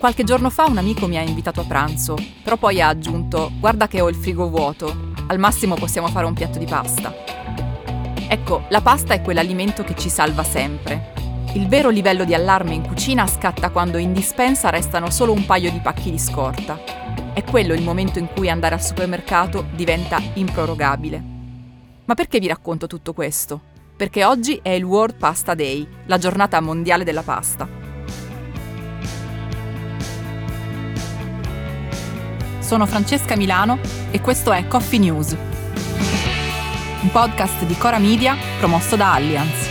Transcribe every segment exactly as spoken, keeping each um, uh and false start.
Qualche giorno fa un amico mi ha invitato a pranzo, però poi ha aggiunto: guarda che ho il frigo vuoto, al massimo possiamo fare un piatto di pasta. Ecco, la pasta è quell'alimento che ci salva sempre. Il vero livello di allarme in cucina scatta quando in dispensa restano solo un paio di pacchi di scorta. È quello il momento in cui andare al supermercato diventa improrogabile. Ma perché vi racconto tutto questo? Perché oggi è il World Pasta Day, la giornata mondiale della pasta. Sono Francesca Milano e questo è Coffee News, un podcast di Cora Media promosso da Allianz.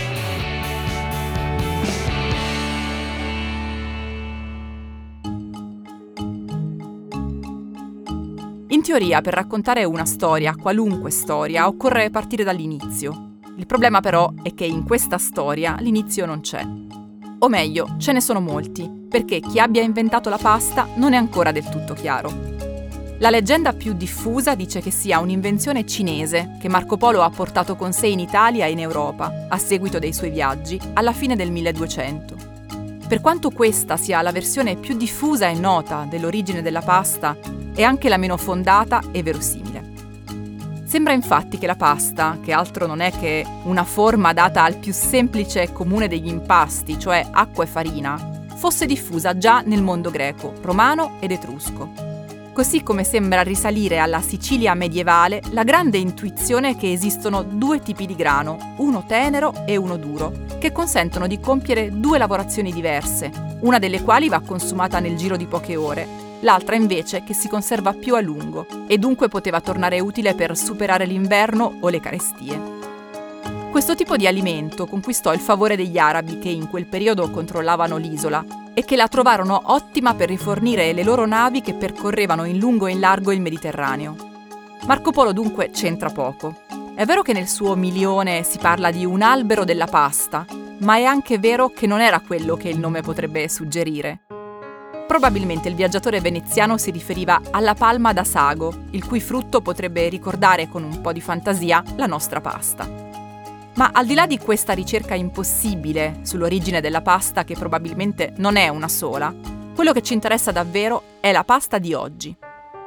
In teoria, per raccontare una storia, qualunque storia, occorre partire dall'inizio. Il problema però è che in questa storia l'inizio non c'è. O meglio, ce ne sono molti, perché chi abbia inventato la pasta non è ancora del tutto chiaro. La leggenda più diffusa dice che sia un'invenzione cinese che Marco Polo ha portato con sé in Italia e in Europa, a seguito dei suoi viaggi, alla fine del milleduecento. Per quanto questa sia la versione più diffusa e nota dell'origine della pasta, è anche la meno fondata e verosimile. Sembra infatti che la pasta, che altro non è che una forma data al più semplice e comune degli impasti, cioè acqua e farina, fosse diffusa già nel mondo greco, romano ed etrusco. Così come sembra risalire alla Sicilia medievale la grande intuizione che esistono due tipi di grano, uno tenero e uno duro, che consentono di compiere due lavorazioni diverse, una delle quali va consumata nel giro di poche ore, l'altra invece che si conserva più a lungo e dunque poteva tornare utile per superare l'inverno o le carestie. Questo tipo di alimento conquistò il favore degli arabi che in quel periodo controllavano l'isola e che la trovarono ottima per rifornire le loro navi che percorrevano in lungo e in largo il Mediterraneo. Marco Polo dunque c'entra poco. È vero che nel suo Milione si parla di un albero della pasta, ma è anche vero che non era quello che il nome potrebbe suggerire. Probabilmente il viaggiatore veneziano si riferiva alla palma da sago, il cui frutto potrebbe ricordare con un po' di fantasia la nostra pasta. Ma al di là di questa ricerca impossibile sull'origine della pasta, che probabilmente non è una sola, quello che ci interessa davvero è la pasta di oggi.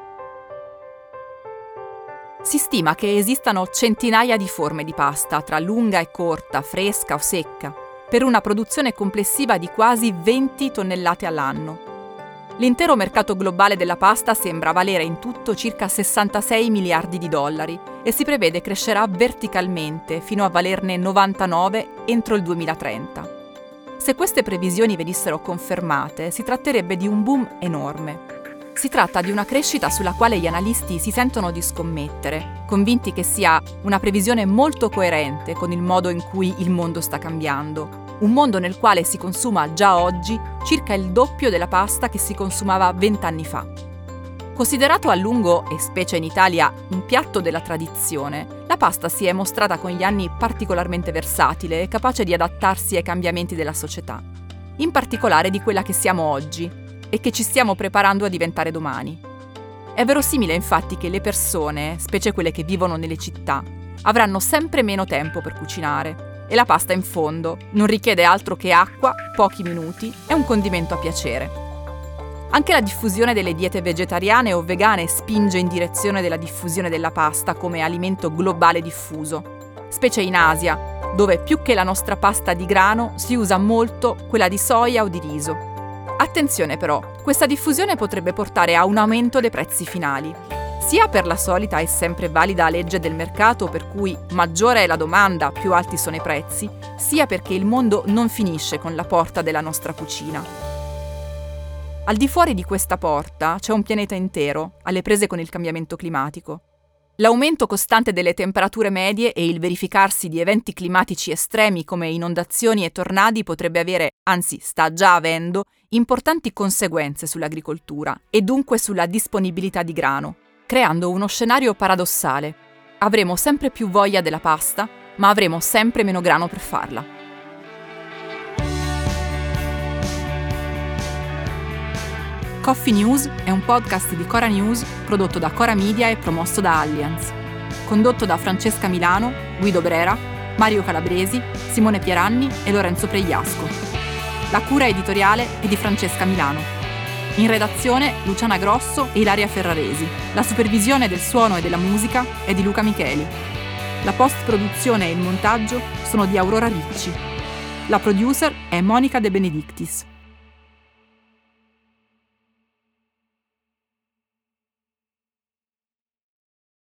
Si stima che esistano centinaia di forme di pasta, tra lunga e corta, fresca o secca, per una produzione complessiva di quasi venti tonnellate all'anno. L'intero mercato globale della pasta sembra valere in tutto circa sessantasei miliardi di dollari e si prevede crescerà verticalmente fino a valerne novantanove entro il duemilatrenta. Se queste previsioni venissero confermate, si tratterebbe di un boom enorme. Si tratta di una crescita sulla quale gli analisti si sentono di scommettere, convinti che sia una previsione molto coerente con il modo in cui il mondo sta cambiando. Un mondo nel quale si consuma già oggi circa il doppio della pasta che si consumava vent'anni fa. Considerato a lungo, e specie in Italia, un piatto della tradizione, la pasta si è mostrata con gli anni particolarmente versatile e capace di adattarsi ai cambiamenti della società, in particolare di quella che siamo oggi e che ci stiamo preparando a diventare domani. È verosimile infatti che le persone, specie quelle che vivono nelle città, avranno sempre meno tempo per cucinare. E la pasta in fondo non richiede altro che acqua, pochi minuti e un condimento a piacere. Anche la diffusione delle diete vegetariane o vegane spinge in direzione della diffusione della pasta come alimento globale diffuso, specie in Asia, dove più che la nostra pasta di grano si usa molto quella di soia o di riso. Attenzione però, questa diffusione potrebbe portare a un aumento dei prezzi finali. Sia per la solita e sempre valida legge del mercato per cui maggiore è la domanda, più alti sono i prezzi, sia perché il mondo non finisce con la porta della nostra cucina. Al di fuori di questa porta c'è un pianeta intero, alle prese con il cambiamento climatico. L'aumento costante delle temperature medie e il verificarsi di eventi climatici estremi come inondazioni e tornadi potrebbe avere, anzi sta già avendo, importanti conseguenze sull'agricoltura e dunque sulla disponibilità di grano, creando uno scenario paradossale. Avremo sempre più voglia della pasta, ma avremo sempre meno grano per farla. Coffee News è un podcast di Cora News prodotto da Cora Media e promosso da Allianz. Condotto da Francesca Milano, Guido Brera, Mario Calabresi, Simone Pieranni e Lorenzo Pregliasco. La cura editoriale è di Francesca Milano. In redazione Luciana Grosso e Ilaria Ferraresi. La supervisione del suono e della musica è di Luca Micheli. La post-produzione e il montaggio sono di Aurora Ricci. La producer è Monica De Benedictis.